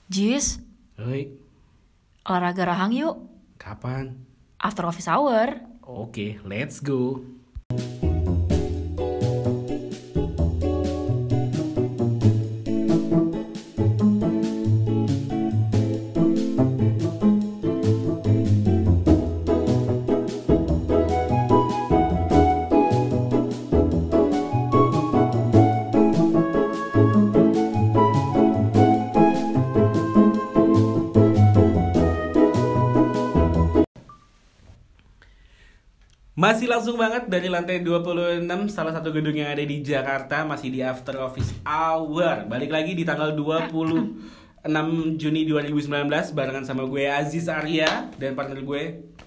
Jis, Hei, olahraga rahang yuk. kapan? After office hour. Oke, let's go. Masih langsung banget dari lantai 26 salah satu gedung yang ada di Jakarta. Masih di After Office Hour. Balik lagi di tanggal 26 Juni 2019 barengan sama gue Aziz Arya dan partner gue.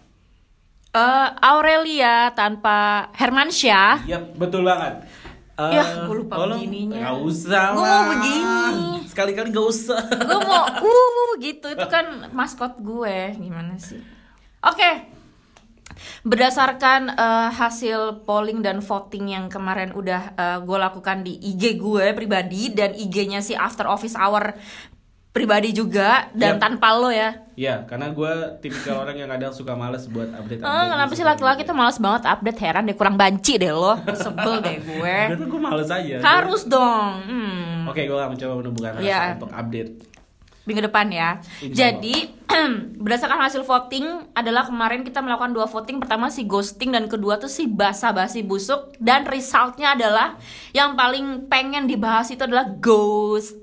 Aurelia tanpa Hermansyah. Yap, betul banget. Ya, gue lupa begininya. Gak usah lah. Gue mau begini. Sekali-kali gak usah. Gue mau gitu. Itu kan maskot gue. Gimana sih? Oke. Berdasarkan hasil polling dan voting yang kemarin udah gue lakukan di IG gue pribadi dan IG-nya si After Office Hour pribadi juga dan Yap. tanpa lo ya. Ya, karena gue tipikal orang yang kadang suka males buat update. Kenapa sih laki-laki tuh males banget update? Heran deh, kurang banci deh lo. Sebel deh gue. Gue males aja. Harus dong. Oke, gue akan mencoba menumbuhkan rasa Ya. untuk update. Minggu depan ya. Insya Jadi berdasarkan hasil voting adalah kemarin kita melakukan 2 voting. Pertama si ghosting dan kedua tuh si basa-basi busuk. Dan resultnya adalah yang paling pengen dibahas itu adalah ghosting.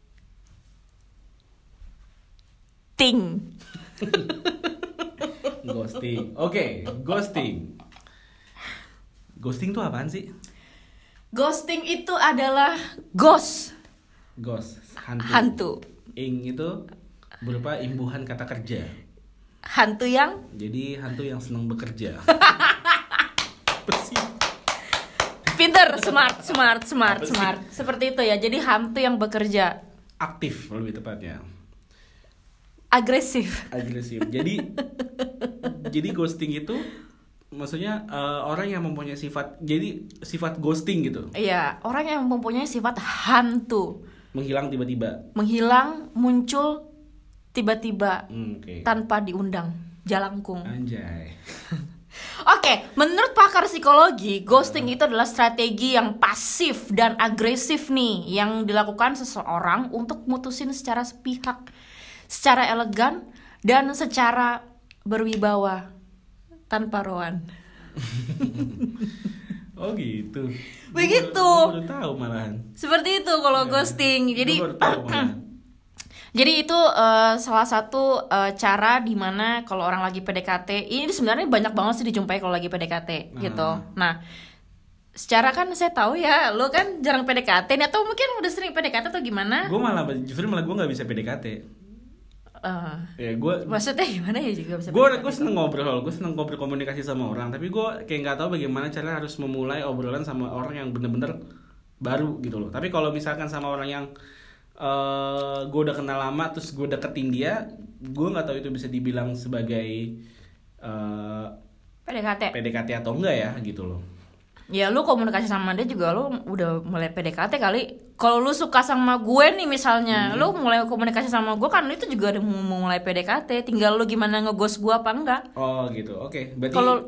Ghosting. Oke, ghosting. Ghosting tuh apaan sih? Ghosting itu adalah ghost, Ghost, hantu. hantu. Ing itu berupa imbuhan kata kerja. Hantu yang Jadi hantu yang senang bekerja. Apa sih? pinter, smart. Seperti itu ya. Jadi hantu yang bekerja Aktif lebih tepatnya. agresif. Agresif. Jadi ghosting itu maksudnya orang yang mempunyai sifat ghosting gitu. Iya, orang yang mempunyai sifat hantu. Menghilang tiba-tiba. Menghilang, muncul tiba-tiba Oke. tanpa diundang, jalangkung. Anjay. Oke, menurut pakar psikologi, ghosting itu adalah strategi yang pasif dan agresif nih, yang dilakukan seseorang untuk mutusin secara sepihak, secara elegan, dan secara berwibawa tanpa roan. Oh gitu. Begitu. Gue baru tahu malahan. Seperti itu kalau Ya. ghosting. Jadi Gue baru tahu malahan. Jadi itu salah satu cara dimana kalau orang lagi PDKT, ini sebenarnya banyak banget sih dijumpai kalau lagi PDKT gitu. Nah, secara kan saya tahu ya, lo kan jarang PDKT nih, atau mungkin udah sering PDKT atau gimana? Gue justru malah gue nggak bisa PDKT. Ya gue Maksudnya gimana ya juga bisa gue seneng ngobrol, gue seneng ngobrol komunikasi sama orang, tapi gue kayak nggak tahu bagaimana cara harus memulai obrolan sama orang yang bener-bener baru gitu loh. Tapi kalau misalkan sama orang yang gue udah kenal lama terus gue deketin dia, gue nggak tahu itu bisa dibilang sebagai PDKT atau enggak ya gitu loh. Ya lu komunikasi sama dia juga lu udah mulai PDKT kali. Kalau lu suka sama gue nih misalnya, lu mulai komunikasi sama gue kan itu juga udah mau mulai PDKT. Tinggal lu gimana ngeghost gue apa enggak. Oh gitu, oke. Berarti Kalau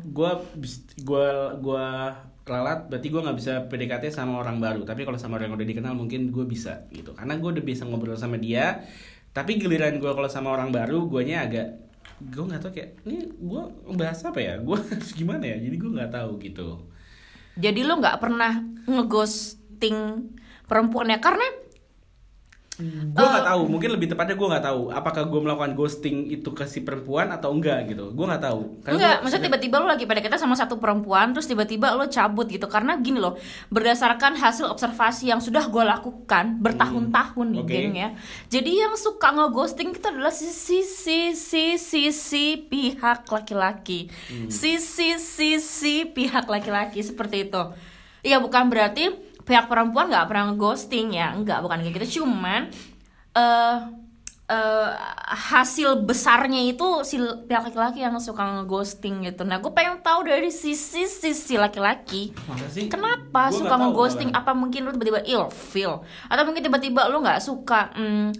gue ralat, berarti gue nggak bisa PDKT sama orang baru. Tapi kalau sama orang yang udah dikenal mungkin gue bisa gitu. Karena gue udah biasa ngobrol sama dia. Tapi giliran gue kalau sama orang baru, guanya gue nggak tahu kayak ini gue bahas apa ya, gue harus gimana ya. Jadi gue nggak tahu gitu. Jadi lu nggak pernah ngeghosting perempuannya karena Gue nggak tahu, mungkin lebih tepatnya gue nggak tahu apakah gue melakukan ghosting itu ke si perempuan atau enggak gitu. Gue nggak tahu. enggak, maksudnya tiba-tiba lu lagi PDKT sama satu perempuan terus tiba-tiba lu cabut gitu. Karena gini loh, berdasarkan hasil observasi yang sudah gue lakukan bertahun-tahun nih, Oke. geng ya. Jadi yang suka ngeghosting itu adalah sisi pihak laki-laki. Sisi pihak laki-laki seperti itu. Iya, bukan berarti pihak perempuan nggak pernah ngeghosting ya, enggak, bukan kayak gitu. Cuman hasil besarnya itu si pihak laki-laki yang suka ngeghosting gitu. Nah, gue pengen tahu dari sisi laki-laki. Masa sih? Kenapa Gua suka nggak tahu ngeghosting? malah. Apa mungkin lu tiba-tiba ilfeel? Atau mungkin tiba-tiba lu nggak suka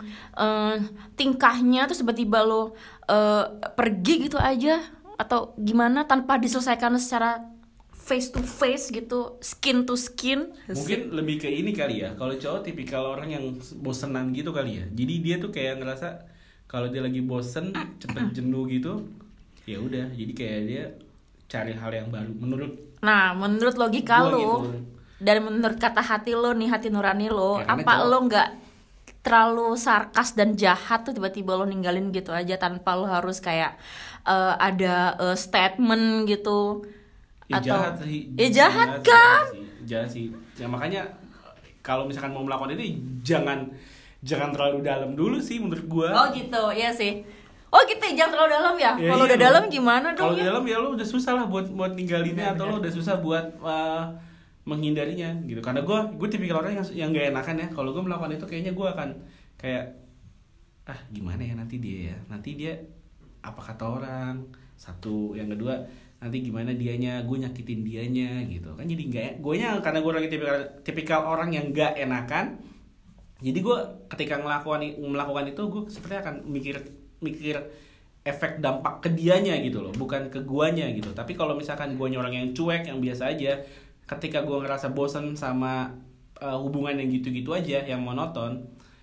tingkahnya, terus tiba-tiba lu pergi gitu aja? Atau gimana tanpa diselesaikan secara face to face gitu, skin to skin? Mungkin lebih ke ini kali ya. Kalau cowok tipikal orang yang bosenan gitu kali ya. Jadi dia tuh kayak ngerasa kalau dia lagi bosen, cepet jenuh gitu, ya udah. Jadi kayak dia cari hal yang baru. Menurut logika gua lu gitu. dan menurut kata hati lo nih, hati nurani lo, Ya, karena apa cowok- lo nggak terlalu sarkas dan jahat tuh tiba-tiba lo ninggalin gitu aja tanpa lo harus kayak ada statement gitu? Ya Atau jahat sih. ya jahat kan? Jahat sih. Ya makanya kalau misalkan mau melakukan itu jangan terlalu dalam dulu sih menurut gua. Oh gitu, iya sih. Oh gitu, jangan terlalu dalam ya? Ya, Kalau iya udah dong. dalam gimana Kalau dong di ya? dalam ya lo udah susah lah buat ninggalinnya, atau lo udah susah buat menghindarinya gitu. Karena gue tipikal orang yang gak enakan ya. Kalau gue melakukan itu kayaknya gue akan kayak gimana ya nanti dia apa kata orang, satu, yang kedua nanti gimana dianya, gue nyakitin dianya gitu kan. Jadi karena gue orang tipikal orang yang gak enakan. Jadi gue ketika melakukan itu gue sepertinya akan mikir efek dampak ke dianya gitu loh, bukan ke guanya gitu. Tapi kalau misalkan guanya orang yang cuek, yang biasa aja, ketika gue ngerasa bosan sama hubungan yang gitu-gitu aja, yang monoton,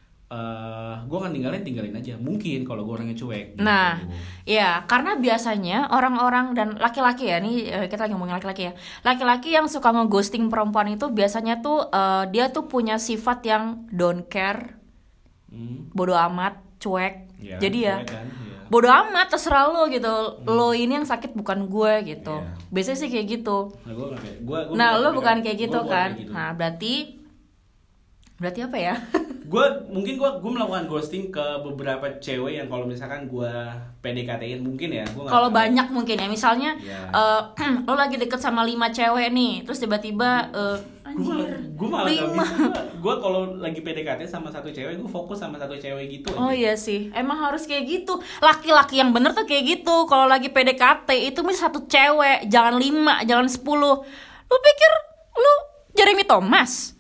gue akan tinggalin aja. Mungkin kalau gue orangnya cuek gitu. Nah, ya karena biasanya orang-orang dan laki-laki ya, nih kita lagi ngomongin laki-laki ya. Laki-laki yang suka ngeghosting perempuan itu biasanya tuh dia tuh punya sifat yang don't care, bodo amat, cuek. Ya, Jadi ya, cuek kan, ya. bodo amat terserah lo gitu. Lo ini yang sakit bukan gue gitu. Iya. Biasanya sih kayak gitu. Nah, Lo bukan kayak gitu gua kan? kayak gitu. Nah, berarti apa ya? gue melakukan ghosting ke beberapa cewek yang kalau misalkan gue PDKT-in mungkin ya, gue Kalau banyak mungkin ya, misalnya Ya. lo lagi deket sama 5 cewek nih, terus tiba-tiba gue malah gak 5. bisa. Gue kalau lagi PDKT sama satu cewek, gue fokus sama satu cewek gitu aja. Oh iya sih, emang harus kayak gitu. Laki-laki yang bener tuh kayak gitu. Kalau lagi PDKT itu mesti satu cewek, jangan 5, jangan 10. Lu pikir lu Jeremy Thomas?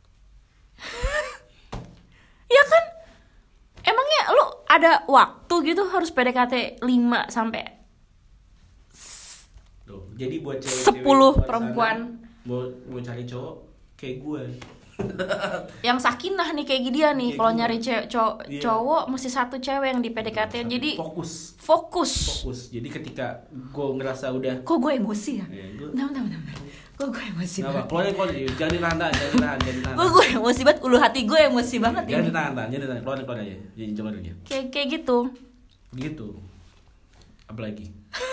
Ya kan? Emangnya lu ada waktu gitu harus PDKT 5 sampai Tuh, jadi buat cewek-cewek 10 luar sana, perempuan mau cari cowok kayak gue. yang sakinah nih kayak dia nih. Kayak Kalau gua. nyari Iya. cowok mesti satu cewek yang di PDKT. Jadi fokus. Jadi ketika gue ngerasa udah kok gue emosi ya? bentar. Kok gue emosi Kenapa? banget? Keluar, jangan ditahan. Kok gue emosi banget, ulu hati gue emosi banget Jangan ini. ditahan, keluar aja. Jadi coba dulu ya. Kayak gitu. Gitu. Apalagi?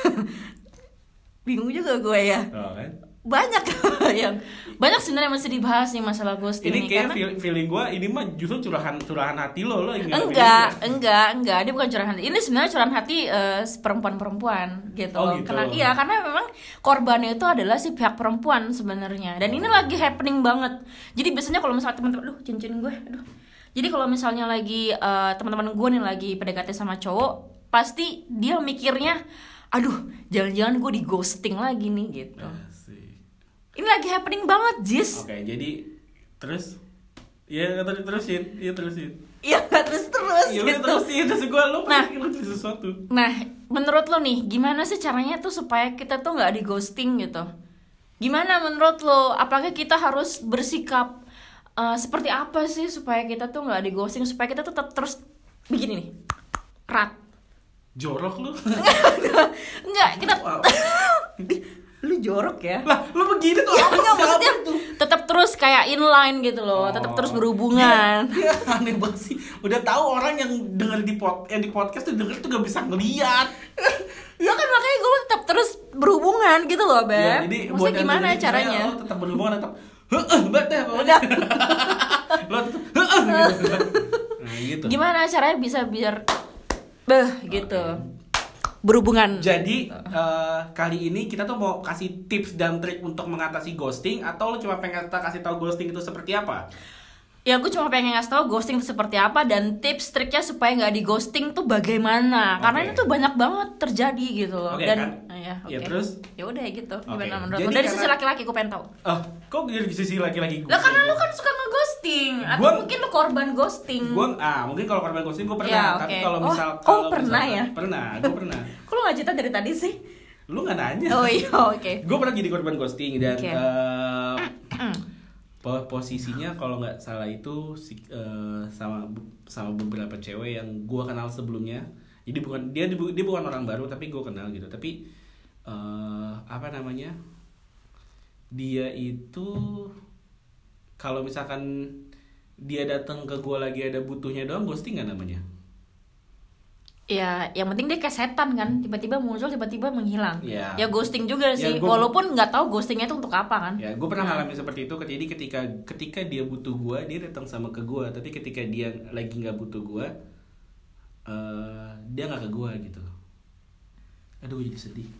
Bingung juga gue ya. Oh, kan? Banyak sebenarnya yang mesti dibahas nih masalah ghosting Ini nih, kayak karena feeling gue ini mah justru curahan hati lo yang enggak, dia bukan curahan hati. Ini sebenarnya curahan hati perempuan-perempuan gitu. Oh, gitu. Karena memang korbannya itu adalah si pihak perempuan sebenarnya. Dan ini lagi happening banget. Jadi biasanya kalau misalnya teman-teman, cincin gue, Jadi kalau misalnya lagi teman-teman gue nih lagi PDKT sama cowok, pasti dia mikirnya, aduh, jangan-jangan gue di ghosting lagi nih gitu. Ini lagi happening banget, Jis. Oke, jadi terus terusin. Iya, terus Ya gitu. udah terusin, terus gue lo Nah. pasti sesuatu. Nah, menurut lo nih, gimana sih caranya tuh supaya kita tuh nggak di ghosting gitu? Gimana menurut lo? Apakah kita harus bersikap seperti apa sih supaya kita tuh nggak di ghosting? Supaya kita tuh tetap terus begini nih, rat. Jorok lu. Enggak, kita lu jorok ya. Lah, lu begini tuh Ya, apa enggak, sih? maksudnya Apa tuh? tetap terus kayak inline gitu loh, tetap terus berhubungan. Dia aneh banget sih. Udah tahu orang yang denger di podcast tuh denger tuh gak bisa ngeliat. Ya kan makanya gue tetap terus berhubungan gitu loh, Beb. Ya, jadi buat Maksudnya yang gimana dengerin, caranya? misalnya lo tetap berhubungan tetap banget deh pokoknya. Udah. Lo tetap gitu. Nah, gitu. Gimana caranya bisa biar gitu. Oke. Berhubungan. Jadi kali ini kita tuh mau kasih tips dan trik untuk mengatasi ghosting, atau lo cuma pengen kita kasih tahu ghosting itu seperti apa? Ya gue cuma pengen ngasih tau ghosting itu seperti apa dan tips triknya supaya nggak di ghosting tuh bagaimana. Karena ini tuh banyak banget terjadi gitu loh. Dan kan? ya, Ya terus? Ya udah gitu. Gimana menurut Jadi lu? Dari sisi laki-laki gue pengen tahu. Kok dari sisi laki-laki gue? Lah karena lu kan suka nge-ghosting atau mungkin lu korban ghosting. Mungkin kalau korban ghosting gue pernah, ya, tapi kalau pernah ya? Pernah, gue pernah. Kok lu nggak cerita dari tadi sih? Lu nggak nanya. Oh iya, oke. Gue pernah jadi korban ghosting dan posisinya kalau nggak salah itu sama beberapa cewek yang gue kenal sebelumnya. Jadi dia bukan orang baru tapi gue kenal gitu. Tapi dia itu kalau misalkan dia datang ke gue lagi ada butuhnya doang, ghosting nggak namanya? Ya, yang penting dia kayak setan kan, tiba-tiba muncul, tiba-tiba menghilang. Ya ghosting juga sih, walaupun nggak tahu ghostingnya itu untuk apa kan. Ya, gue pernah ngalamin seperti itu. Jadi ketika dia butuh gue, dia datang sama ke gue. Tapi ketika dia lagi nggak butuh gue, dia nggak ke gue gitu. Aduh, jadi sedih.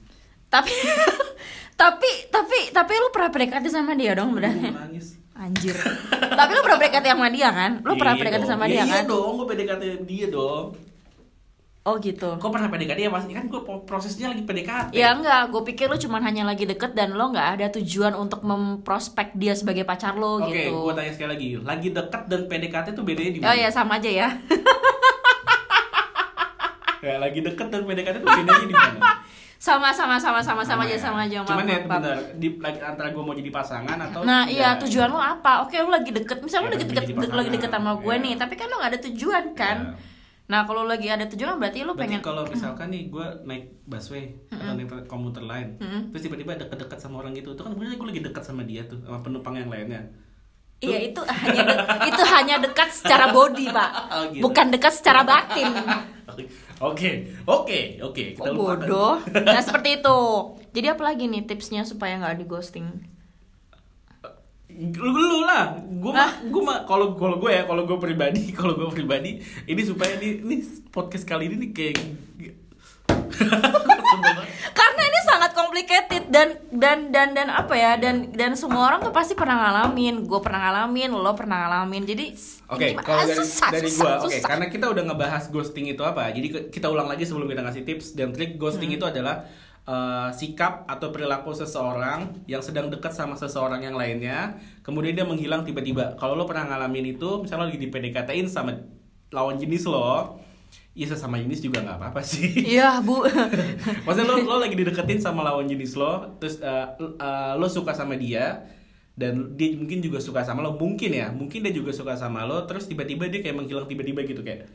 Tapi lu pernah PDKT sama dia dong berarti? Nangis. Anjir. Tapi lu pernah PDKT sama dia kan? Lu pernah PDKT sama dia kan? Iya dong, gue PDKT dia dong. Oh gitu. Kok pernah PDKT ya pasti kan gue prosesnya lagi PDKT. Ya enggak, gue pikir lu cuma hanya lagi deket dan lo nggak ada tujuan untuk memprospek dia sebagai pacar lo gitu. Oke, gue tanya sekali lagi deket dan PDKT tuh bedanya di mana? Oh ya sama aja ya. Ya lagi deket dan PDKT tuh bedanya di mana? sama aja. Cuman ya benar antara gue mau jadi pasangan atau nah iya tujuan lo apa? Oke, lu lagi deket, misalnya lu lagi deket sama gue nih, tapi kan lo nggak ada tujuan kan? Nah kalau lagi ada tujuan berarti lu pengen. Kalau misalkan nih gue naik busway atau naik komuter lain, terus tiba-tiba deket-deket sama orang gitu, itu kan sebenarnya gue lagi dekat sama dia tuh, sama penumpang yang lainnya. Iya itu hanya dekat secara body pak, gitu. Bukan dekat secara batin. Oke. Kita bodoh. Nah seperti itu. Jadi apa lagi nih tipsnya supaya nggak di ghosting? Lu lah, gue kalau gue pribadi ini supaya ini podcast kali ini nih kayak karena ini sangat complicated dan apa ya dan semua orang tuh pasti pernah ngalamin, gue pernah ngalamin, lo pernah ngalamin, jadi kalau dari gue karena kita udah ngebahas ghosting itu apa, jadi kita ulang lagi sebelum kita ngasih tips dan trik. Ghosting itu adalah sikap atau perilaku seseorang yang sedang dekat sama seseorang yang lainnya, kemudian dia menghilang tiba-tiba. Kalau lo pernah ngalamin itu, misalnya lo lagi di PDKT-in sama lawan jenis lo, ya sesama jenis juga nggak apa-apa sih. Iya bu. Maksudnya lo lagi dideketin sama lawan jenis lo, terus lo suka sama dia dan dia mungkin juga suka sama lo, mungkin dia juga suka sama lo, terus tiba-tiba dia kayak menghilang tiba-tiba gitu kayak,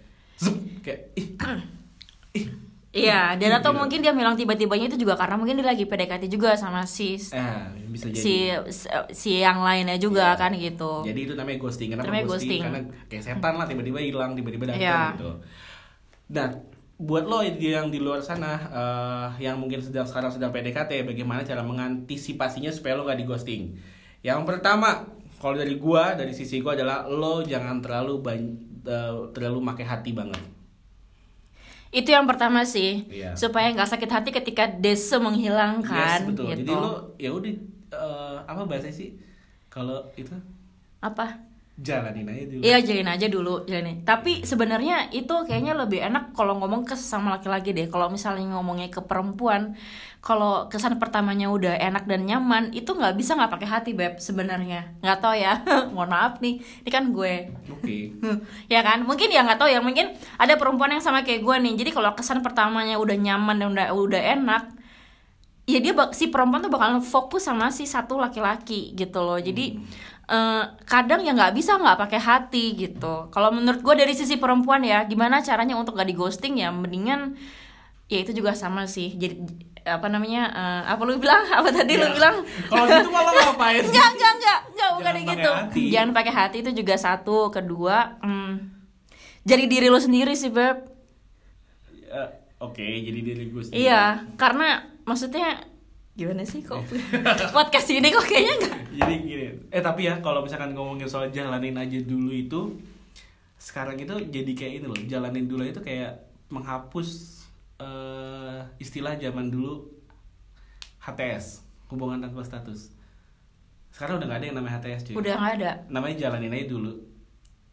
Iya, dan atau mungkin dia bilang tiba-tibanya itu juga karena mungkin dia lagi PDKT juga sama bisa jadi. si yang lainnya juga kan gitu. Jadi itu namanya ghosting. Kenapa ghosting? Karena kayak setan lah, tiba-tiba hilang, tiba-tiba datang gitu. Nah, buat lo yang di luar sana yang mungkin sekarang sedang PDKT, bagaimana cara mengantisipasinya supaya lo nggak di ghosting? Yang pertama, kalau dari sisi gua adalah lo jangan terlalu pakai hati banget. Itu yang pertama sih, supaya nggak sakit hati ketika Dese menghilangkan. Yes, betul. Gitu. Jadi lo ya udah apa bahasa sih kalau itu? Apa? Jalanin aja dulu. Iya, jalanin. Tapi sebenarnya itu kayaknya lebih enak kalau ngomong ke sesama laki-laki deh. Kalau misalnya ngomongnya ke perempuan, kalau kesan pertamanya udah enak dan nyaman, itu nggak pakai hati beb sebenarnya. Nggak tahu ya, mohon maaf nih, ini kan gue. Oke. Ya kan, mungkin ya nggak tahu ya, mungkin ada perempuan yang sama kayak gue nih. Jadi kalau kesan pertamanya udah nyaman dan udah enak, ya si perempuan tuh bakalan fokus sama si satu laki-laki gitu loh. Jadi kadang ya nggak pakai hati gitu. Kalau menurut gue dari sisi perempuan ya, gimana caranya untuk gak di ghosting ya, mendingan ya itu juga sama sih. Jadi apa namanya? Apa lu bilang? Apa tadi lu bilang? Kalau gitu malah ngapain? Enggak bukan gitu. Jangan pakai hati itu juga satu. Kedua, jadi diri lu sendiri sih beb. Oke, jadi diri gue sendiri. Iya, karena maksudnya gimana sih kok podcast ini kok kayaknya enggak. Jadi gini. Tapi ya kalau misalkan ngomongin soal jalanin aja dulu itu, sekarang itu jadi kayak ini loh. Jalanin dulu itu kayak menghapus istilah zaman dulu HTS, hubungan tanpa status. Sekarang udah nggak ada yang namanya HTS cuy. Udah nggak ada. Namanya jalanin aja dulu.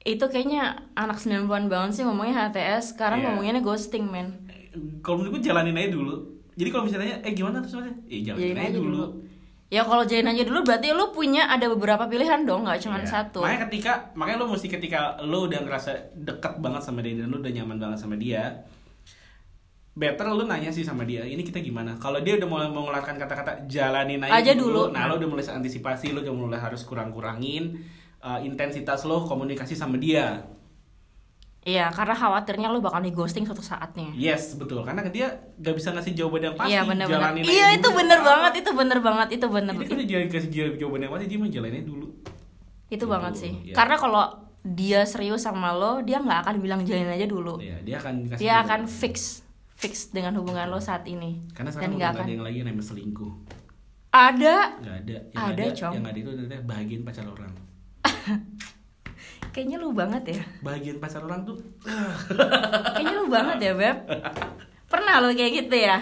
Itu kayaknya anak 90-an banget sih ngomongnya HTS. Sekarang Iya. ngomonginnya ghosting, men. Kalau menurut gue jalanin aja dulu. Jadi kalau misalnya gimana terus maksudnya? Jalanin aja dulu. Ya kalau jalanin aja dulu berarti lu punya ada beberapa pilihan dong, nggak cuma Iya. satu. Makanya lo mesti ketika lo udah ngerasa deket banget sama dia dan lo udah nyaman banget sama dia, better lo nanya sih sama dia, ini kita gimana? Kalau dia udah mulai mengeluarkan kata-kata jalanin aja dulu, nah lo udah mulai antisipasi, lo udah mulai harus kurangin intensitas lo komunikasi sama dia. Iya, karena khawatirnya lu bakal di ghosting suatu saatnya. Yes, betul. Karena dia gak bisa ngasih jawaban yang pasti. Iya benar-benar. Jalanin aja Iya dulu. itu bener banget, itu bener banget, itu bener. Jadi kalau dia kasih jawaban yang pasti, dia mau jalanin dulu. Itu banget sih. Iya. Karena kalau dia serius sama lo, dia nggak akan bilang jalanin aja dulu. Iya, dia akan kasih Dia jawaban. akan fix dengan hubungan lo saat ini. Karena Dan sekarang nggak udah akan. ada yang lagi yang namanya selingkuh. Ada. Gak ada. Ada, Cong. Yang ada itu adalah bahagian pacar orang. Kayaknya lu banget ya. Bahagian pacar orang tuh Kayaknya lu banget ya, Beb. Pernah lo kayak gitu ya?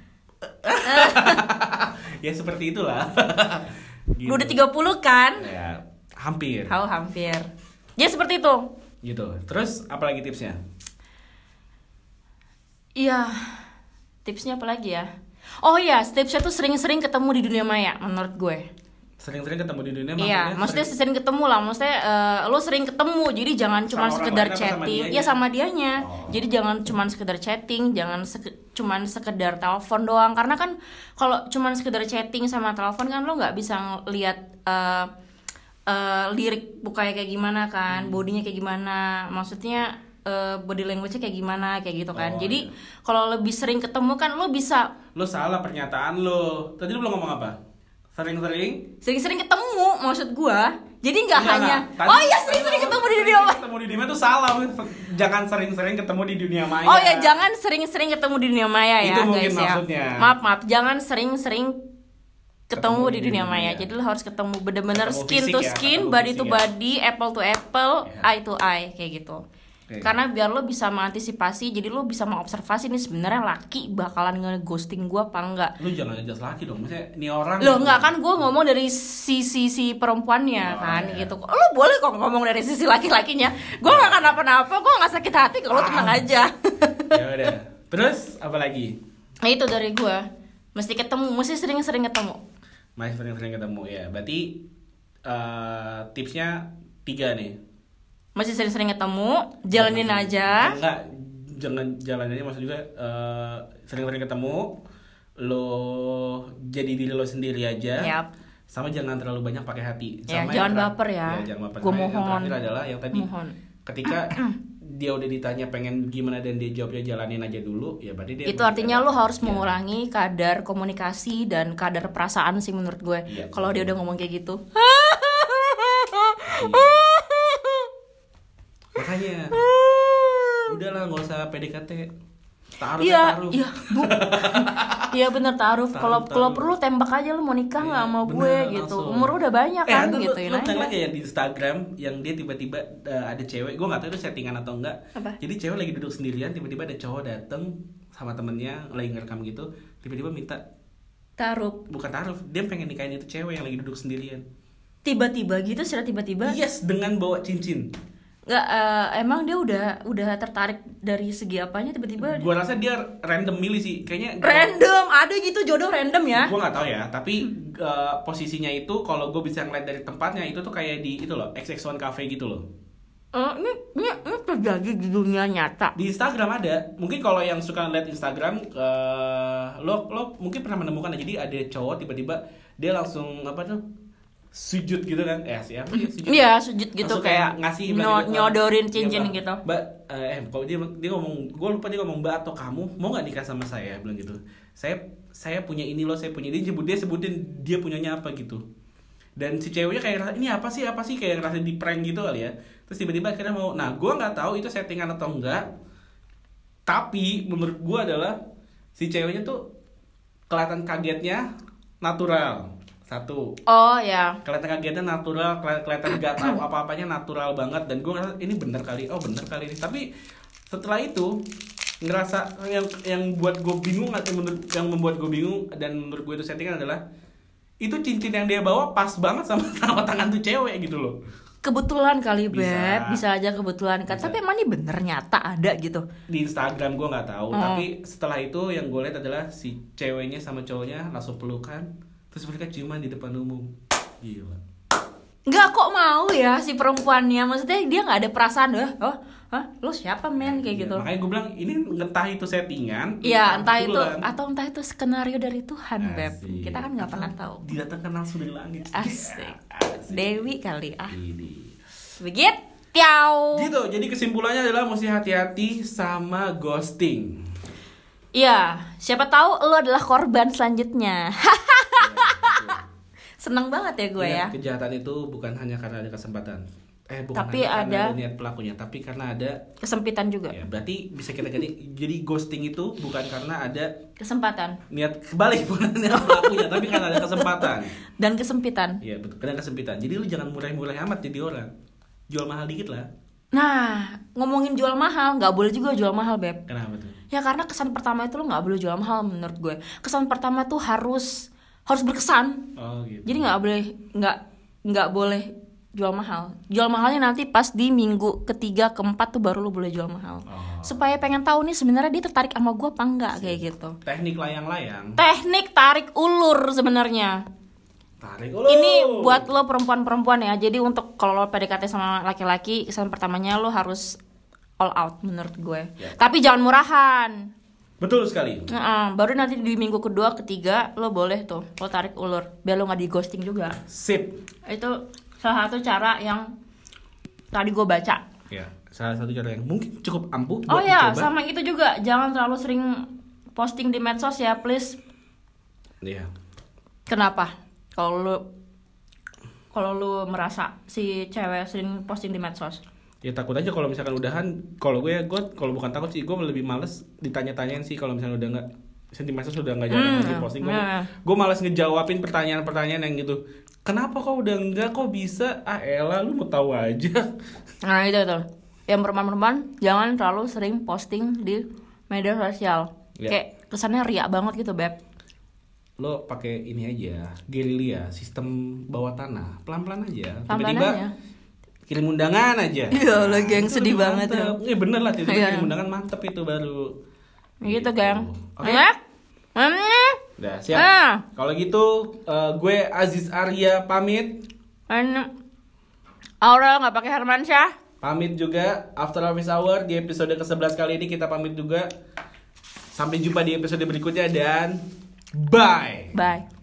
ya seperti itulah. Gitu. Lu udah 30 kan? Ya, hampir. Hampir. Ya seperti itu. Gitu. Terus apa lagi tipsnya? Iya. Tipsnya apa lagi ya? Oh iya, tipsnya tuh sering-sering ketemu di dunia maya menurut gue. Sering-sering ketemu di dunia Iya, maksudnya sering ketemu lah. Maksudnya lo sering ketemu, jadi jangan cuma Sama orang sekedar lain apa sama chatting. dianya? Ya sama dianya. Oh. Jadi jangan cuma sekedar chatting, jangan cuma sekedar telepon doang. Karena kan kalau cuma sekedar chatting sama telepon kan lo nggak bisa lihat lirik bukanya kayak gimana kan, bodinya kayak gimana. Maksudnya body language-nya kayak gimana, kayak gitu kan. Oh, Jadi iya. kalau lebih sering ketemu kan lo bisa Lo salah pernyataan lo. Tadi lo belum ngomong apa? Sering-sering sering-sering ketemu, maksud gua. Jadi nggak Enggak, hanya enggak. oh iya sering-sering ketemu di dunia maya. Ketemu di dunia tuh salah. Jangan sering-sering ketemu di dunia maya. Oh ya, jangan sering-sering ketemu di dunia maya ya, Itu mungkin guys maksudnya. ya. Maaf, jangan sering-sering ketemu di dunia maya. dunia. Jadi lo harus ketemu bener-bener Ketemu skin fisik to ya, skin, ketemu body fisik to ya. body, apple to apple, Ya. eye to eye kayak gitu. Oke. Karena biar lo bisa mengantisipasi, jadi lo bisa mengobservasi nih sebenarnya laki bakalan nge-ghosting gua apa enggak. Lu jangan ngejudge laki dong. Maksudnya ini orang Loh enggak kan gue ngomong dari sisi perempuannya Oh, kan iya. gitu. Lo boleh kok ngomong dari sisi laki-lakinya. Gue gak akan apa-apa, gue gak sakit hati kalau tenang aja. Ya udah. Terus apa lagi? Nah itu dari gue. Mesti ketemu, mesti sering-sering ketemu. Masih sering-sering ketemu ya. Berarti tipsnya 3 nih. Mesti sering-sering ketemu, jalanin aja. Enggak, jangan jalanin aja, maksud juga sering-sering ketemu. Lo jadi diri lo sendiri aja. Yap. Sama jangan terlalu banyak pakai hati. Ya, Sama jangan yang baper ya. Jangan baper. Gua Sama yang mohon. terakhir adalah yang tadi. Mohon. Ketika dia udah ditanya pengen gimana dan dia jawabnya jalanin aja dulu, ya berarti dia Itu artinya lo harus Ya. mengurangi kadar komunikasi dan kadar perasaan sih menurut gue. Iya, Kalau dia betul. udah ngomong kayak gitu. Makanya udahlah nggak usah PDKT. Taruh. Iya, iya, Bu. Iya bener taruh. Kalau Taruh. perlu tembak aja lu mau nikah nggak Iya, sama gue bener, gitu. langsung. Umur udah banyak kan ada gitu lu tengok aja. ya di Instagram yang dia tiba-tiba ada cewek, gue nggak tahu itu settingan atau enggak. Apa? Jadi cewek lagi duduk sendirian, tiba-tiba ada cowok dateng sama temennya lagi ngerekam gitu, tiba-tiba minta Taruh. bukan taruh, dia pengen nikahin itu cewek yang lagi duduk sendirian. Tiba-tiba gitu, secara tiba-tiba. Yes, dengan bawa cincin. Nggak, emang dia udah tertarik dari segi apanya tiba-tiba? Gue rasa dia random milih sih, kayaknya. Random, ada gitu jodoh random ya? Gue nggak tahu ya, tapi posisinya itu kalau gue bisa ngeliat dari tempatnya itu tuh kayak di itu loh, XX1 Cafe gitu loh. Ini terjadi di dunia nyata. Di Instagram ada, mungkin kalau yang suka lihat Instagram, lo mungkin pernah menemukan, jadi ada cowok tiba-tiba dia langsung apa tuh sujud gitu kan, siapa ya sujud? Iya, sujud gitu Langsung kayak ngasih bilang gitu, nyodorin iya, cincin Mbak. gitu. Mbak, kalau dia ngomong, gue lupa dia ngomong Mbak atau kamu mau nggak nikah sama saya, bilang gitu. Saya punya ini loh, saya punya dia sebutin dia punyanya apa gitu. Dan si ceweknya kayak ini apa sih kayak ngerasa di prank gitu kali ya. Terus tiba-tiba akhirnya mau, nah gue nggak tahu itu settingan atau enggak. Tapi menurut gue adalah si ceweknya tuh kelihatan kagetnya natural. Satu, Oh ya. kelihatan kagetnya natural, kelihatan gak tahu apa-apanya natural banget. Dan gue ngerasa ini bener kali ini. Tapi setelah itu ngerasa yang buat gue bingung, yang membuat gue bingung dan menurut gue itu settingan adalah itu cincin yang dia bawa pas banget sama tangan tuh cewek gitu loh. kebetulan kali Beb, Bisa. bisa aja kebetulan kan. Bisa. Tapi emang ini bener nyata ada gitu. Di Instagram gue nggak tahu, tapi setelah itu yang gue lihat adalah si ceweknya sama cowoknya langsung pelukan, terus mereka ciuman di depan umum. Gila. Nggak kok mau ya si perempuannya, maksudnya dia nggak ada perasaan lo siapa men kayak Iya, gitu. makanya gue bilang ini entah itu settingan, Iya entah itu kebetulan. atau entah itu skenario dari Tuhan Beb. Asik. Kita kan nggak pernah tahu. Didatangkan langsung dari langit. Asik. Asik. Dewi kali Ini. begitu. Tiau. Gitu, jadi kesimpulannya adalah mesti hati-hati sama ghosting. Iya, siapa tahu lo adalah korban selanjutnya. Seneng banget ya gue ya. Ingat, kejahatan itu bukan hanya karena ada kesempatan. Bukan Tapi hanya karena ada niat pelakunya, tapi karena ada kesempitan juga. ya, berarti bisa kita jadi ghosting itu bukan karena ada Kesempatan niat kebalik, bukan niat pelakunya, tapi karena ada kesempatan. dan kesempitan. Iya, betul, karena kesempitan. Jadi lu jangan murah-murah amat jadi orang. Jual mahal dikit lah. Nah, ngomongin jual mahal, nggak boleh juga jual mahal Beb. Kenapa tuh? Ya karena kesan pertama itu lo nggak boleh jual mahal menurut gue. Kesan pertama tuh harus berkesan. Oh gitu. Jadi nggak boleh jual mahal. Jual mahalnya nanti pas di minggu ketiga keempat tuh baru lo boleh jual mahal. Oh. Supaya pengen tahu nih sebenarnya dia tertarik sama gue apa enggak kayak gitu. Teknik layang-layang. Teknik tarik ulur sebenarnya. Tarik ulur. Ini buat lo perempuan-perempuan ya. Jadi untuk kalau lo PDKT sama laki-laki, kesan pertamanya lo harus all out menurut gue. Ya. Tapi jangan murahan. Betul sekali. Baru nanti di minggu kedua, ketiga lo boleh tuh lo tarik ulur biar lo nggak di ghosting juga. Sip. Itu salah satu cara yang tadi gue baca. Ya, salah satu cara yang mungkin cukup ampuh Oh buat ya, dicoba. sama itu juga jangan terlalu sering posting di medsos ya, please. Iya. Kenapa? Kalau lu merasa si cewek sering posting di medsos. Ya takut aja kalau misalkan udahan. Kalau gue kalau bukan takut sih, gue lebih males ditanya-tanyain sih kalau misalnya udah nggak sentimen sudah nggak jalan lagi posting. Gue malas ngejawabin pertanyaan-pertanyaan yang gitu. Kenapa kok udah enggak, kok bisa? Elah, lu mau tahu aja. Nah itu tuh. Yang perempuan-perempuan jangan terlalu sering posting di media sosial. Ya. Kayak kesannya riak banget gitu Beb. Lo pakai ini aja, gerilya, sistem bawah tanah, pelan-pelan aja. Pelan-pelan Tiba-tiba aja. kirim undangan aja. Iya, lagi yang itu sedih lebih banget ya. mantep. Iya bener lah, tiba-tiba Iya. kirim undangan mantep itu baru. Gitu gang. Oke. Ya? Udah siap. Ah. Kalau gitu gue Aziz Arya pamit. Aurel nggak pakai Hermansyah. Pamit juga. After Office Hour di episode ke-11 kali ini kita pamit juga. Sampai jumpa di episode berikutnya dan bye. Bye.